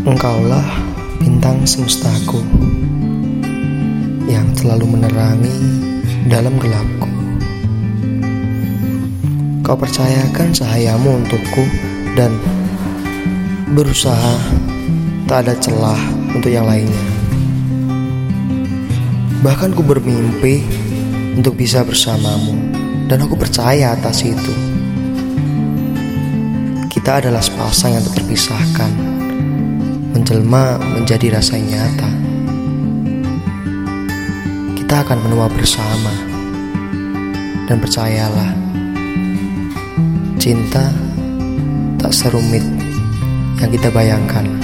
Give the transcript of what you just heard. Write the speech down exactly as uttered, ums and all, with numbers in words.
Engkaulah bintang semestaku yang selalu menerangi dalam gelapku. Kau percayakan cahayamu untukku dan berusaha tak ada celah untuk yang lainnya. Bahkan ku bermimpi untuk bisa bersamamu, dan aku percaya atas itu. Kita adalah sepasang yang tak terpisahkan, menjelma menjadi rasa nyata. Kita akan menua bersama, dan percayalah, cinta tak serumit yang kita bayangkan.